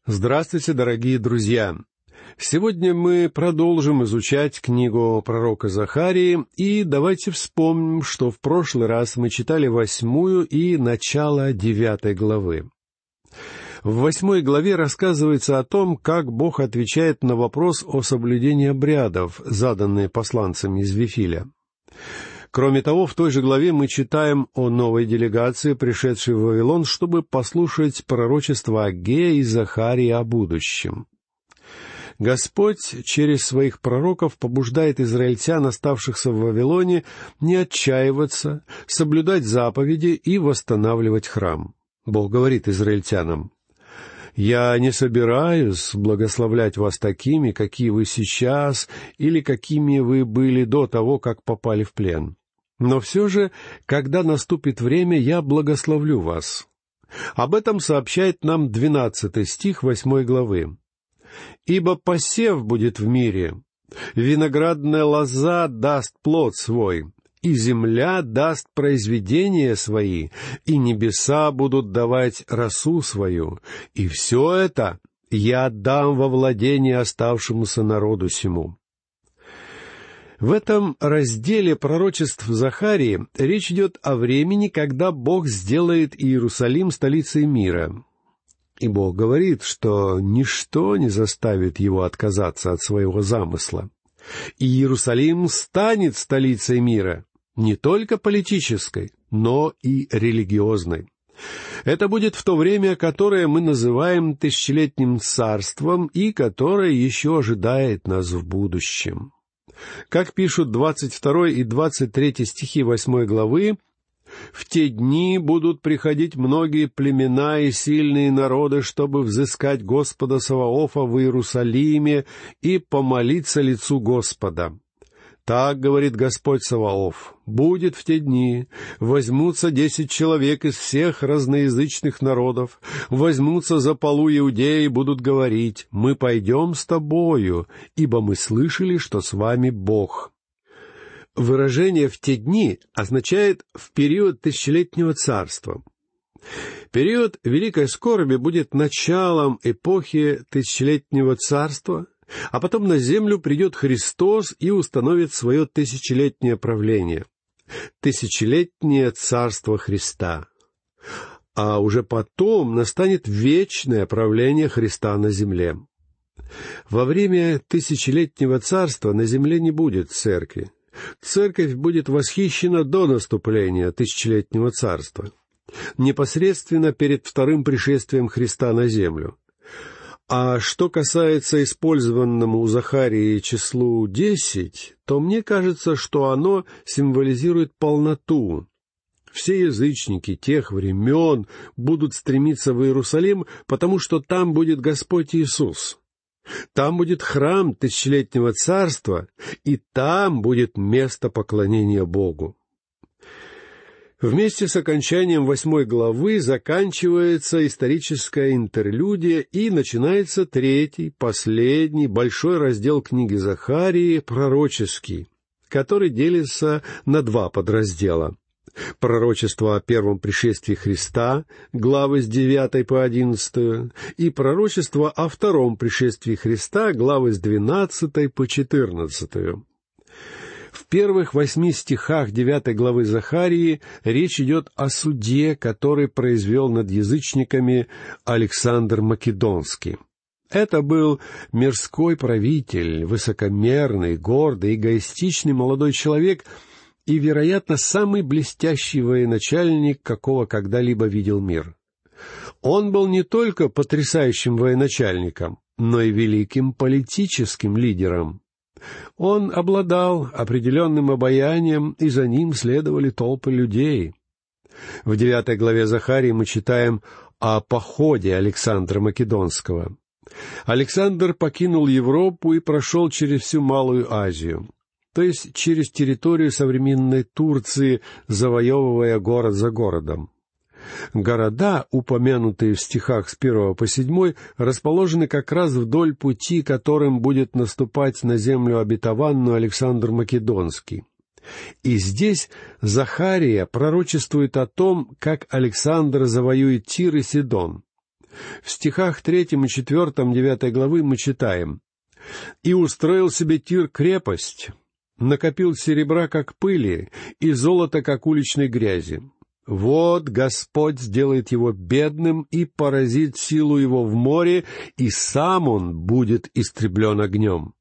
Здравствуйте, дорогие друзья! Сегодня мы продолжим изучать книгу пророка Захарии, и давайте вспомним, что в прошлый раз мы читали 8 и начало 9 главы. В 8 главе рассказывается о том, как Бог отвечает на вопрос о соблюдении обрядов, заданные посланцами из Вифиля. Кроме того, в той же главе мы читаем о новой делегации, пришедшей в Вавилон, чтобы послушать пророчество Агея и Захарии о будущем. Господь через своих пророков побуждает израильтян, оставшихся в Вавилоне, не отчаиваться, соблюдать заповеди и восстанавливать храм. Бог говорит израильтянам: «Я не собираюсь благословлять вас такими, какие вы сейчас, или какими вы были до того, как попали в плен. Но все же, когда наступит время, я благословлю вас». Об этом сообщает нам 12 стих 8 главы. «Ибо посев будет в мире, виноградная лоза даст плод свой, и земля даст произведения свои, и небеса будут давать росу свою, и все это я отдам во владение оставшемуся народу сему». В этом разделе пророчеств Захарии речь идет о времени, когда Бог сделает Иерусалим столицей мира. И Бог говорит, что ничто не заставит его отказаться от своего замысла. И Иерусалим станет столицей мира, не только политической, но и религиозной. Это будет в то время, которое мы называем тысячелетним царством и которое еще ожидает нас в будущем. Как пишут 22 и 23 стихи 8 главы, «В те дни будут приходить многие племена и сильные народы, чтобы взыскать Господа Саваофа в Иерусалиме и помолиться лицу Господа. Так говорит Господь Саваоф: будет в те дни, возьмутся 10 человек из всех разноязычных народов, возьмутся за полу Иудеи и будут говорить: мы пойдем с тобою, ибо мы слышали, что с вами Бог». Выражение «в те дни» означает «в период тысячелетнего царства». Период Великой Скорби будет началом эпохи тысячелетнего царства, а потом на землю придет Христос и установит свое тысячелетнее правление. Тысячелетнее царство Христа. А уже потом настанет вечное правление Христа на земле. Во время тысячелетнего царства на земле не будет церкви. Церковь будет восхищена до наступления тысячелетнего царства, непосредственно перед вторым пришествием Христа на землю. А что касается использованному у Захарии числу 10, то мне кажется, что оно символизирует полноту. Все язычники тех времен будут стремиться в Иерусалим, потому что там будет Господь Иисус. Там будет храм тысячелетнего царства, и там будет место поклонения Богу. Вместе с окончанием 8 главы заканчивается историческая интерлюдия и начинается 3-й, последний, большой раздел книги Захарии, пророческий, который делится на 2 подраздела. Пророчество о первом пришествии Христа, главы с 9 по 11, и пророчество о втором пришествии Христа, главы с 12 по 14. В первых 8 стихах 9 главы Захарии речь идет о суде, который произвел над язычниками Александр Македонский. Это был мирской правитель, высокомерный, гордый, эгоистичный молодой человек и, вероятно, самый блестящий военачальник, какого когда-либо видел мир. Он был не только потрясающим военачальником, но и великим политическим лидером. Он обладал определенным обаянием, и за ним следовали толпы людей. В 9 главе Захарии мы читаем о походе Александра Македонского. Александр покинул Европу и прошел через всю Малую Азию, то есть через территорию современной Турции, завоевывая город за городом. Города, упомянутые в стихах с 1 по 7, расположены как раз вдоль пути, которым будет наступать на землю обетованную Александр Македонский. И здесь Захария пророчествует о том, как Александр завоюет Тир и Сидон. В стихах 3 и 4 9 главы мы читаем: «И устроил себе Тир крепость, накопил серебра, как пыли, и золото, как уличной грязи. Вот Господь сделает его бедным и поразит силу его в море, и сам он будет истреблен огнем».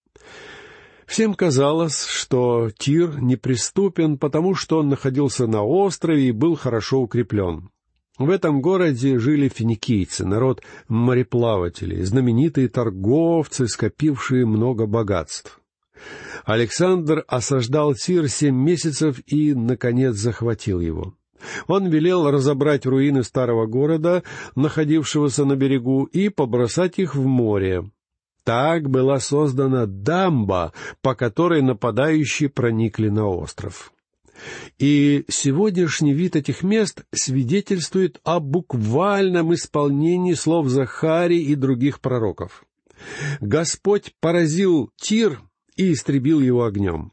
Всем казалось, что Тир неприступен, потому что он находился на острове и был хорошо укреплен. В этом городе жили финикийцы, народ мореплавателей, знаменитые торговцы, скопившие много богатств. Александр осаждал Тир 7 месяцев и, наконец, захватил его. Он велел разобрать руины старого города, находившегося на берегу, и побросать их в море. Так была создана дамба, по которой нападающие проникли на остров. И сегодняшний вид этих мест свидетельствует о буквальном исполнении слов Захарии и других пророков. Господь поразил Тир и истребил его огнем.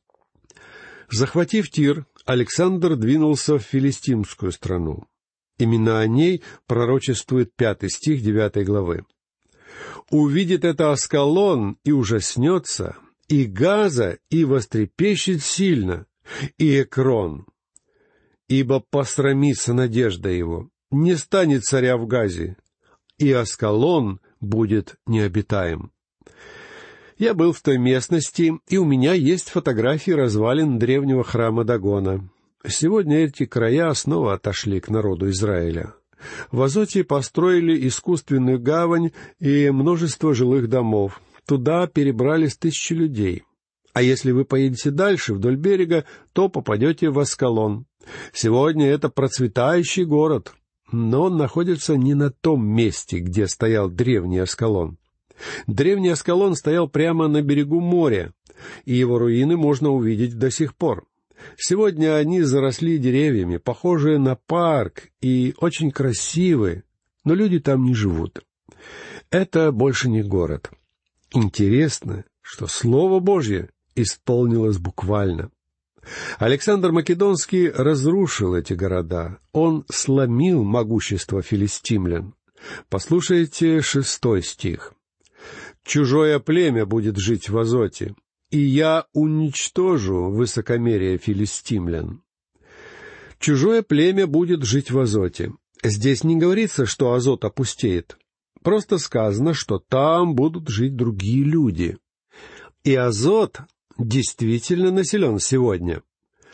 Захватив Тир, Александр двинулся в филистимскую страну. Именно о ней пророчествует 5 стих 9 главы. «Увидит это Аскалон и ужаснется, и Газа и вострепещет сильно, и Экрон, ибо посрамится надежда его, не станет царя в Газе, и Аскалон будет необитаем». Я был в той местности, и у меня есть фотографии развалин древнего храма Дагона. Сегодня эти края снова отошли к народу Израиля. В Азоте построили искусственную гавань и множество жилых домов. Туда перебрались 1000 людей. А если вы поедете дальше, вдоль берега, то попадете в Аскалон. Сегодня это процветающий город, но он находится не на том месте, где стоял древний Аскалон. Древний Аскалон стоял прямо на берегу моря, и его руины можно увидеть до сих пор. Сегодня они заросли деревьями, похожие на парк, и очень красивые, но люди там не живут. Это больше не город. Интересно, что Слово Божье исполнилось буквально. Александр Македонский разрушил эти города. Он сломил могущество филистимлян. Послушайте 6 стих. «Чужое племя будет жить в Азоте, и я уничтожу высокомерие филистимлян». Чужое племя будет жить в Азоте. Здесь не говорится, что Азот опустеет. Просто сказано, что там будут жить другие люди. И Азот действительно населен сегодня.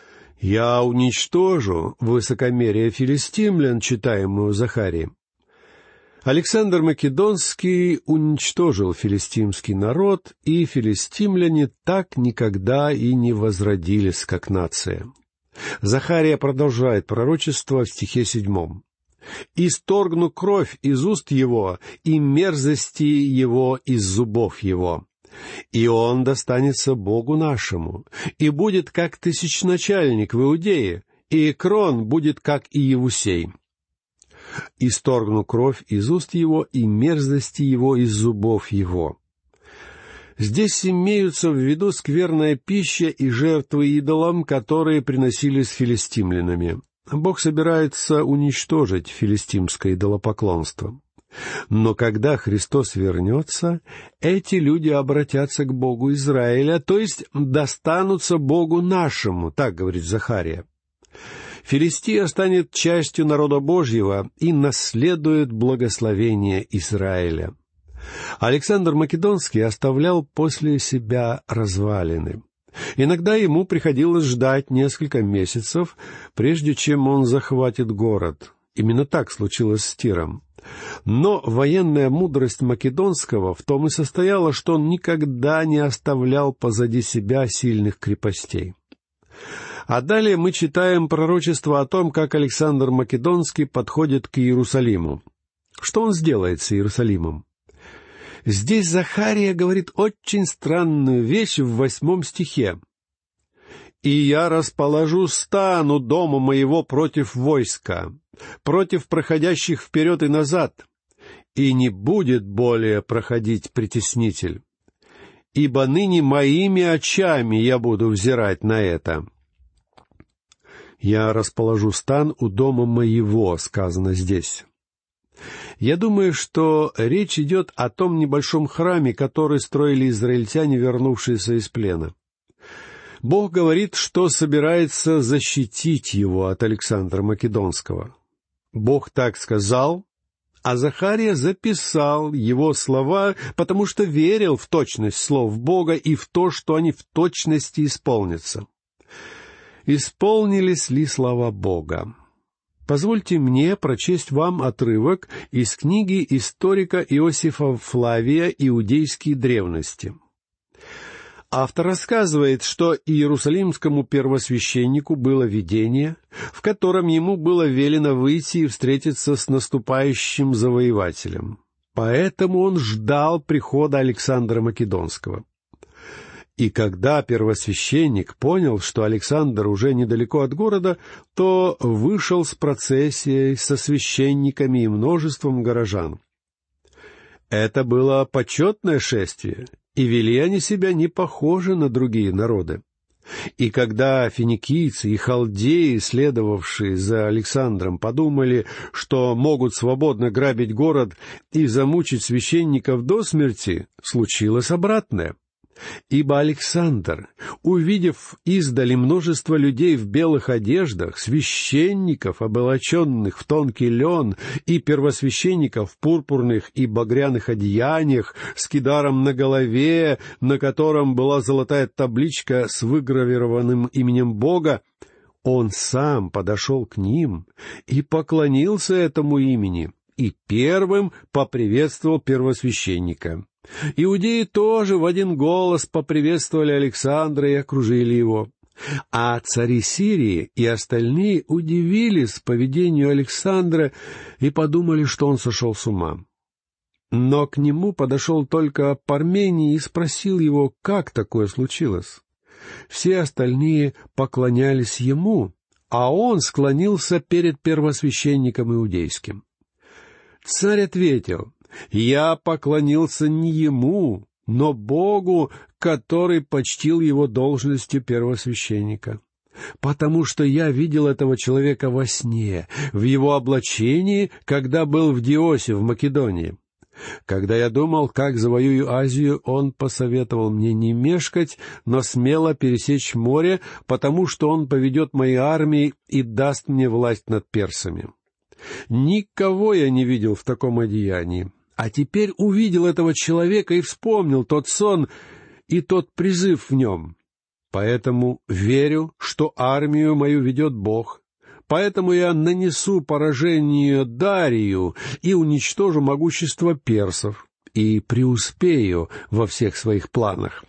«Я уничтожу высокомерие филистимлян», читаем мы у Захарии. Александр Македонский уничтожил филистимский народ, и филистимляне так никогда и не возродились как нация. Захария продолжает пророчество в стихе 7. «Исторгну кровь из уст его и мерзости его из зубов его. И он достанется Богу нашему, и будет как тысячначальник в Иудее, и Экрон будет как Иевусей. Исторгну кровь из уст его и мерзости его из зубов его». Здесь имеются в виду скверная пища и жертвы идолам, которые приносились филистимлянами. Бог собирается уничтожить филистимское идолопоклонство. Но когда Христос вернется, эти люди обратятся к Богу Израиля, то есть достанутся Богу нашему, так говорит Захария. Филистия станет частью народа Божьего и наследует благословение Израиля. Александр Македонский оставлял после себя развалины. Иногда ему приходилось ждать несколько месяцев, прежде чем он захватит город. Именно так случилось с Тиром. Но военная мудрость Македонского в том и состояла, что он никогда не оставлял позади себя сильных крепостей. А далее мы читаем пророчество о том, как Александр Македонский подходит к Иерусалиму. Что он сделает с Иерусалимом? Здесь Захария говорит очень странную вещь в 8 стихе. «И я расположу стан у дома моего против войска, против проходящих вперед и назад, и не будет более проходить притеснитель. Ибо ныне моими очами я буду взирать на это». «Я расположу стан у дома моего», сказано здесь. Я думаю, что речь идет о том небольшом храме, который строили израильтяне, вернувшиеся из плена. Бог говорит, что собирается защитить его от Александра Македонского. Бог так сказал, а Захария записал его слова, потому что верил в точность слов Бога и в то, что они в точности исполнятся. Исполнились ли слова Бога? Позвольте мне прочесть вам отрывок из книги историка Иосифа Флавия «Иудейские древности». Автор рассказывает, что иерусалимскому первосвященнику было видение, в котором ему было велено выйти и встретиться с наступающим завоевателем. Поэтому он ждал прихода Александра Македонского. И когда первосвященник понял, что Александр уже недалеко от города, то вышел с процессией, со священниками и множеством горожан. Это было почетное шествие, и вели они себя не похоже на другие народы. И когда финикийцы и халдеи, следовавшие за Александром, подумали, что могут свободно грабить город и замучить священников до смерти, случилось обратное. Ибо Александр, увидев издали множество людей в белых одеждах, священников, облаченных в тонкий лен, и первосвященников в пурпурных и багряных одеяниях, с кидаром на голове, на котором была золотая табличка с выгравированным именем Бога, он сам подошел к ним и поклонился этому имени, и первым поприветствовал первосвященника. Иудеи тоже в один голос поприветствовали Александра и окружили его. А цари Сирии и остальные удивились поведению Александра и подумали, что он сошел с ума. Но к нему подошел только Пармений и спросил его, как такое случилось. Все остальные поклонялись ему, а он склонился перед первосвященником иудейским. Царь ответил: «Я поклонился не ему, но Богу, который почтил его должностью первосвященника. Потому что я видел этого человека во сне, в его облачении, когда был в Диосе, в Македонии. Когда я думал, как завоюю Азию, он посоветовал мне не мешкать, но смело пересечь море, потому что он поведет мои армии и даст мне власть над персами. Никого я не видел в таком одеянии. А теперь увидел этого человека и вспомнил тот сон и тот призыв в нем. Поэтому верю, что армию мою ведет Бог. Поэтому я нанесу поражение Дарию и уничтожу могущество персов, и преуспею во всех своих планах».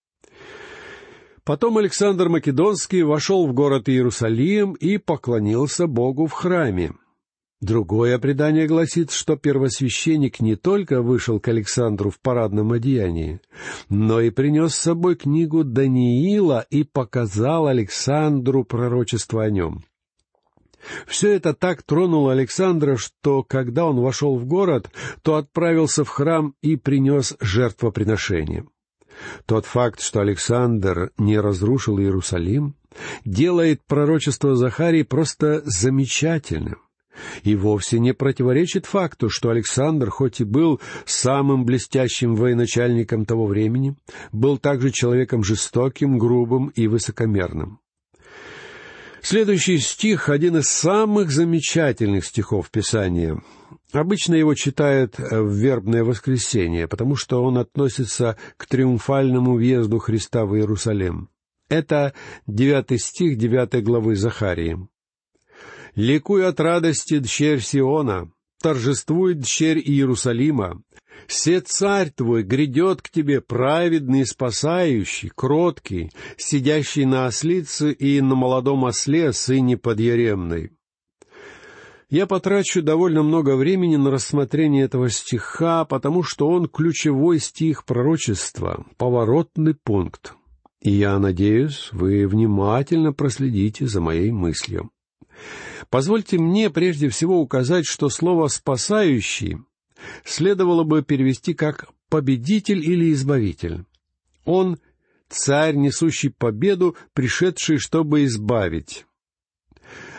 Потом Александр Македонский вошел в город Иерусалим и поклонился Богу в храме. Другое предание гласит, что первосвященник не только вышел к Александру в парадном одеянии, но и принес с собой книгу Даниила и показал Александру пророчество о нем. Все это так тронуло Александра, что, когда он вошел в город, то отправился в храм и принес жертвоприношение. Тот факт, что Александр не разрушил Иерусалим, делает пророчество Захарии просто замечательным. И вовсе не противоречит факту, что Александр, хоть и был самым блестящим военачальником того времени, был также человеком жестоким, грубым и высокомерным. Следующий стих — один из самых замечательных стихов Писания. Обычно его читают в вербное воскресенье, потому что он относится к триумфальному въезду Христа в Иерусалим. Это 9 стих 9 главы Захарии. «Ликуй от радости, дщерь Сиона, торжествуй, дщерь Иерусалима. Се царь твой грядет к тебе, праведный, спасающий, кроткий, сидящий на ослице и на молодом осле, сыне подъяремной». Я потрачу довольно много времени на рассмотрение этого стиха, потому что он ключевой стих пророчества, поворотный пункт. И я надеюсь, вы внимательно проследите за моей мыслью. Позвольте мне прежде всего указать, что слово «спасающий» следовало бы перевести как «победитель» или «избавитель». Он — царь, несущий победу, пришедший, чтобы избавить.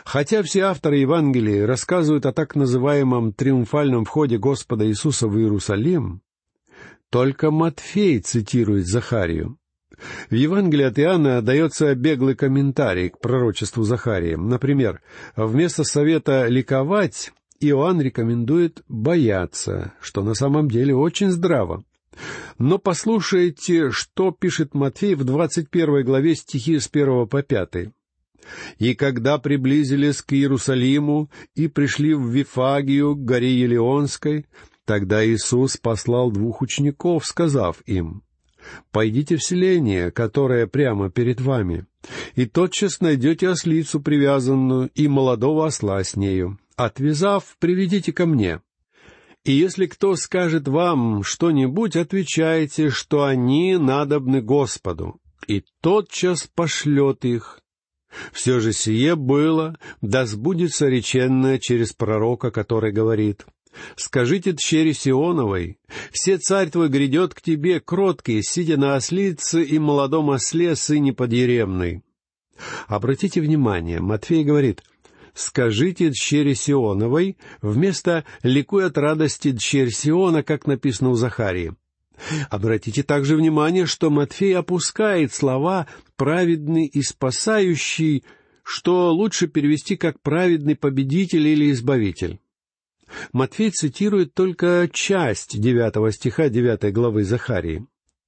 Хотя все авторы Евангелия рассказывают о так называемом триумфальном входе Господа Иисуса в Иерусалим, только Матфей цитирует Захарию. В Евангелии от Иоанна дается беглый комментарий к пророчеству Захарии. Например, вместо совета ликовать Иоанн рекомендует бояться, что на самом деле очень здраво. Но послушайте, что пишет Матфей в 21 главе стихи с 1 по 5. «И когда приблизились к Иерусалиму и пришли в Вифагию, к горе Елеонской, тогда Иисус послал 2 учеников, сказав им: «Пойдите в селение, которое прямо перед вами, и тотчас найдете ослицу привязанную и молодого осла с нею. Отвязав, приведите ко мне. И если кто скажет вам что-нибудь, отвечайте, что они надобны Господу, и тотчас пошлет их. Все же сие было, да сбудется реченное через пророка, который говорит: скажите дщери Сионовой, все царь твой грядет к тебе, кроткий, сидя на ослице и молодом осле, сыне подъеремной». Обратите внимание, Матфей говорит: «Скажите дщери Сионовой», вместо «ликуй от радости дщерь Сиона», как написано у Захарии. Обратите также внимание, что Матфей опускает слова «праведный» и «спасающий», что лучше перевести как «праведный победитель» или «избавитель». Матфей цитирует только часть 9 стиха 9 главы Захарии.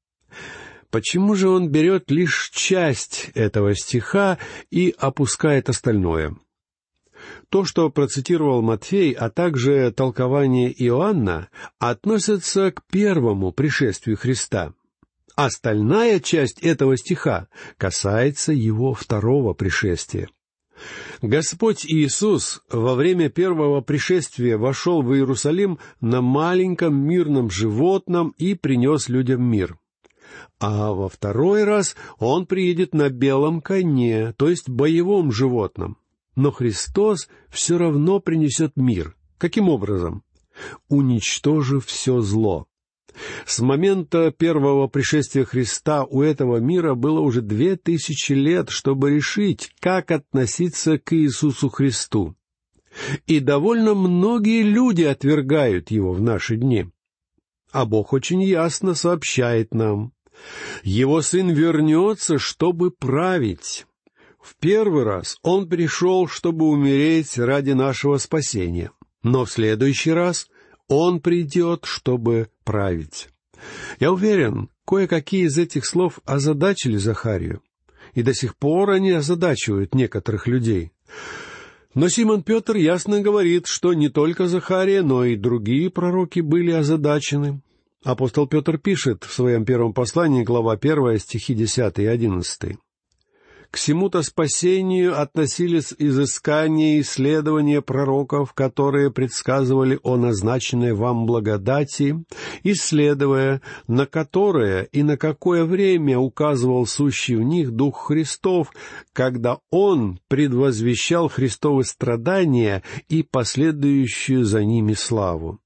Почему же он берет лишь часть этого стиха и опускает остальное? То, что процитировал Матфей, а также толкование Иоанна, относятся к первому пришествию Христа. Остальная часть этого стиха касается его второго пришествия. Господь Иисус во время первого пришествия вошел в Иерусалим на маленьком мирном животном и принес людям мир. А во второй раз Он приедет на белом коне, то есть боевом животном. Но Христос все равно принесет мир. Каким образом? Уничтожив все зло. С момента первого пришествия Христа у этого мира было уже 2000 лет, чтобы решить, как относиться к Иисусу Христу. И довольно многие люди отвергают Его в наши дни. А Бог очень ясно сообщает нам: Его Сын вернется, чтобы править. В первый раз Он пришел, чтобы умереть ради нашего спасения, но в следующий раз Он придет, чтобы править. Я уверен, кое-какие из этих слов озадачили Захарию, и до сих пор они озадачивают некоторых людей. Но Симон Петр ясно говорит, что не только Захария, но и другие пророки были озадачены. Апостол Петр пишет в своем первом послании, глава 1, стихи 10 и 11. «К сему-то спасению относились изыскания и исследования пророков, которые предсказывали о назначенной вам благодати, исследуя, на которое и на какое время указывал сущий в них Дух Христов, когда Он предвозвещал Христовы страдания и последующую за ними славу».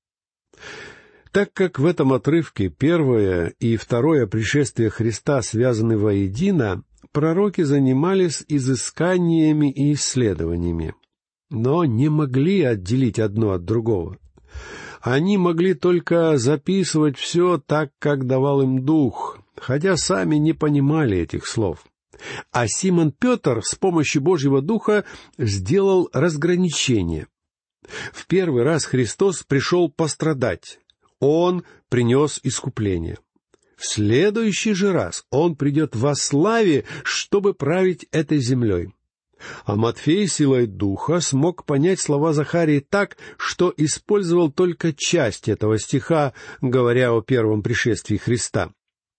Так как в этом отрывке первое и второе пришествие Христа связаны воедино, пророки занимались изысканиями и исследованиями, но не могли отделить одно от другого. Они могли только записывать все так, как давал им Дух, хотя сами не понимали этих слов. А Симон Петр с помощью Божьего Духа сделал разграничение. В первый раз Христос пришел пострадать. Он принес искупление. В следующий же раз Он придет во славе, чтобы править этой землей. А Матфей силой Духа смог понять слова Захарии так, что использовал только часть этого стиха, говоря о первом пришествии Христа.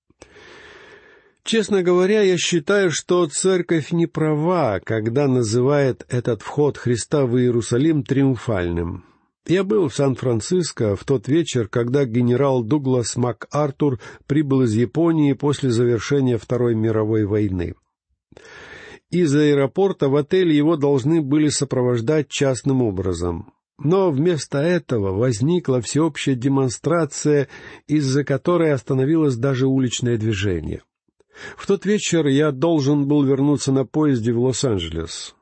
Честно говоря, я считаю, что Церковь не права, когда называет этот вход Христа в Иерусалим триумфальным. Я был в Сан-Франциско в тот вечер, когда генерал Дуглас МакАртур прибыл из Японии после завершения Второй мировой войны. Из аэропорта в отель его должны были сопровождать частным образом. Но вместо этого возникла всеобщая демонстрация, из-за которой остановилось даже уличное движение. В тот вечер я должен был вернуться на поезде в Лос-Анджелес.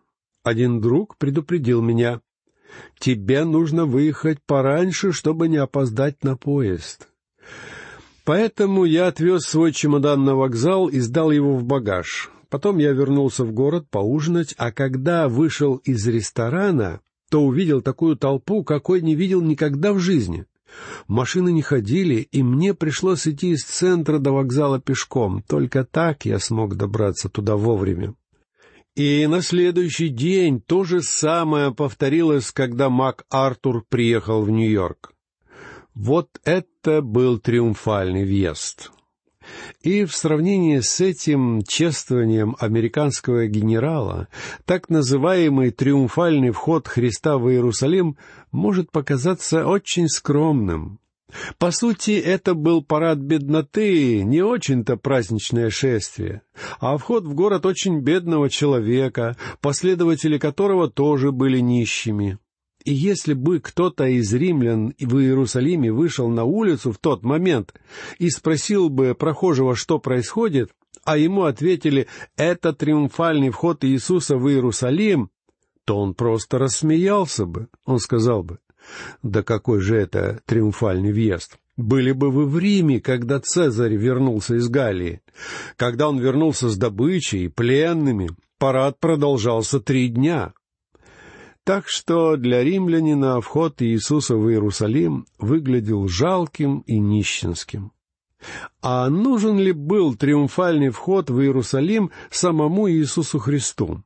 один друг предупредил меня: «Тебе нужно выехать пораньше, чтобы не опоздать на поезд». Поэтому я отвез свой чемодан на вокзал и сдал его в багаж. Потом я вернулся в город поужинать, а когда вышел из ресторана, то увидел такую толпу, какой не видел никогда в жизни. Машины не ходили, и мне пришлось идти из центра до вокзала пешком. Только так я смог добраться туда вовремя. И на следующий день то же самое повторилось, когда МакАртур приехал в Нью-Йорк. Вот это был триумфальный въезд. И в сравнении с этим чествованием американского генерала, так называемый триумфальный вход Христа в Иерусалим может показаться очень скромным. По сути, это был парад бедноты, не очень-то праздничное шествие, а вход в город очень бедного человека, последователи которого тоже были нищими. И если бы кто-то из римлян в Иерусалиме вышел на улицу в тот момент и спросил бы прохожего, что происходит, а ему ответили: «Это триумфальный вход Иисуса в Иерусалим», то он просто рассмеялся бы. Он сказал бы: «Да какой же это триумфальный въезд? Были бы вы в Риме, когда Цезарь вернулся из Галлии. Когда он вернулся с добычей и пленными, парад продолжался 3 дня». Так что для римлянина вход Иисуса в Иерусалим выглядел жалким и нищенским. А нужен ли был триумфальный вход в Иерусалим самому Иисусу Христу?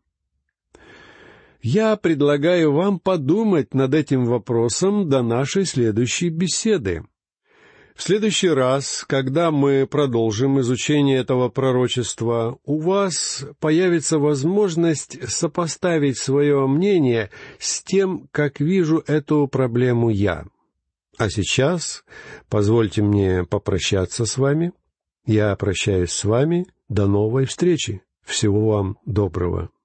Я предлагаю вам подумать над этим вопросом до нашей следующей беседы. В следующий раз, когда мы продолжим изучение этого пророчества, у вас появится возможность сопоставить свое мнение с тем, как вижу эту проблему я. А сейчас позвольте мне попрощаться с вами. Я прощаюсь с вами. До новой встречи. Всего вам доброго.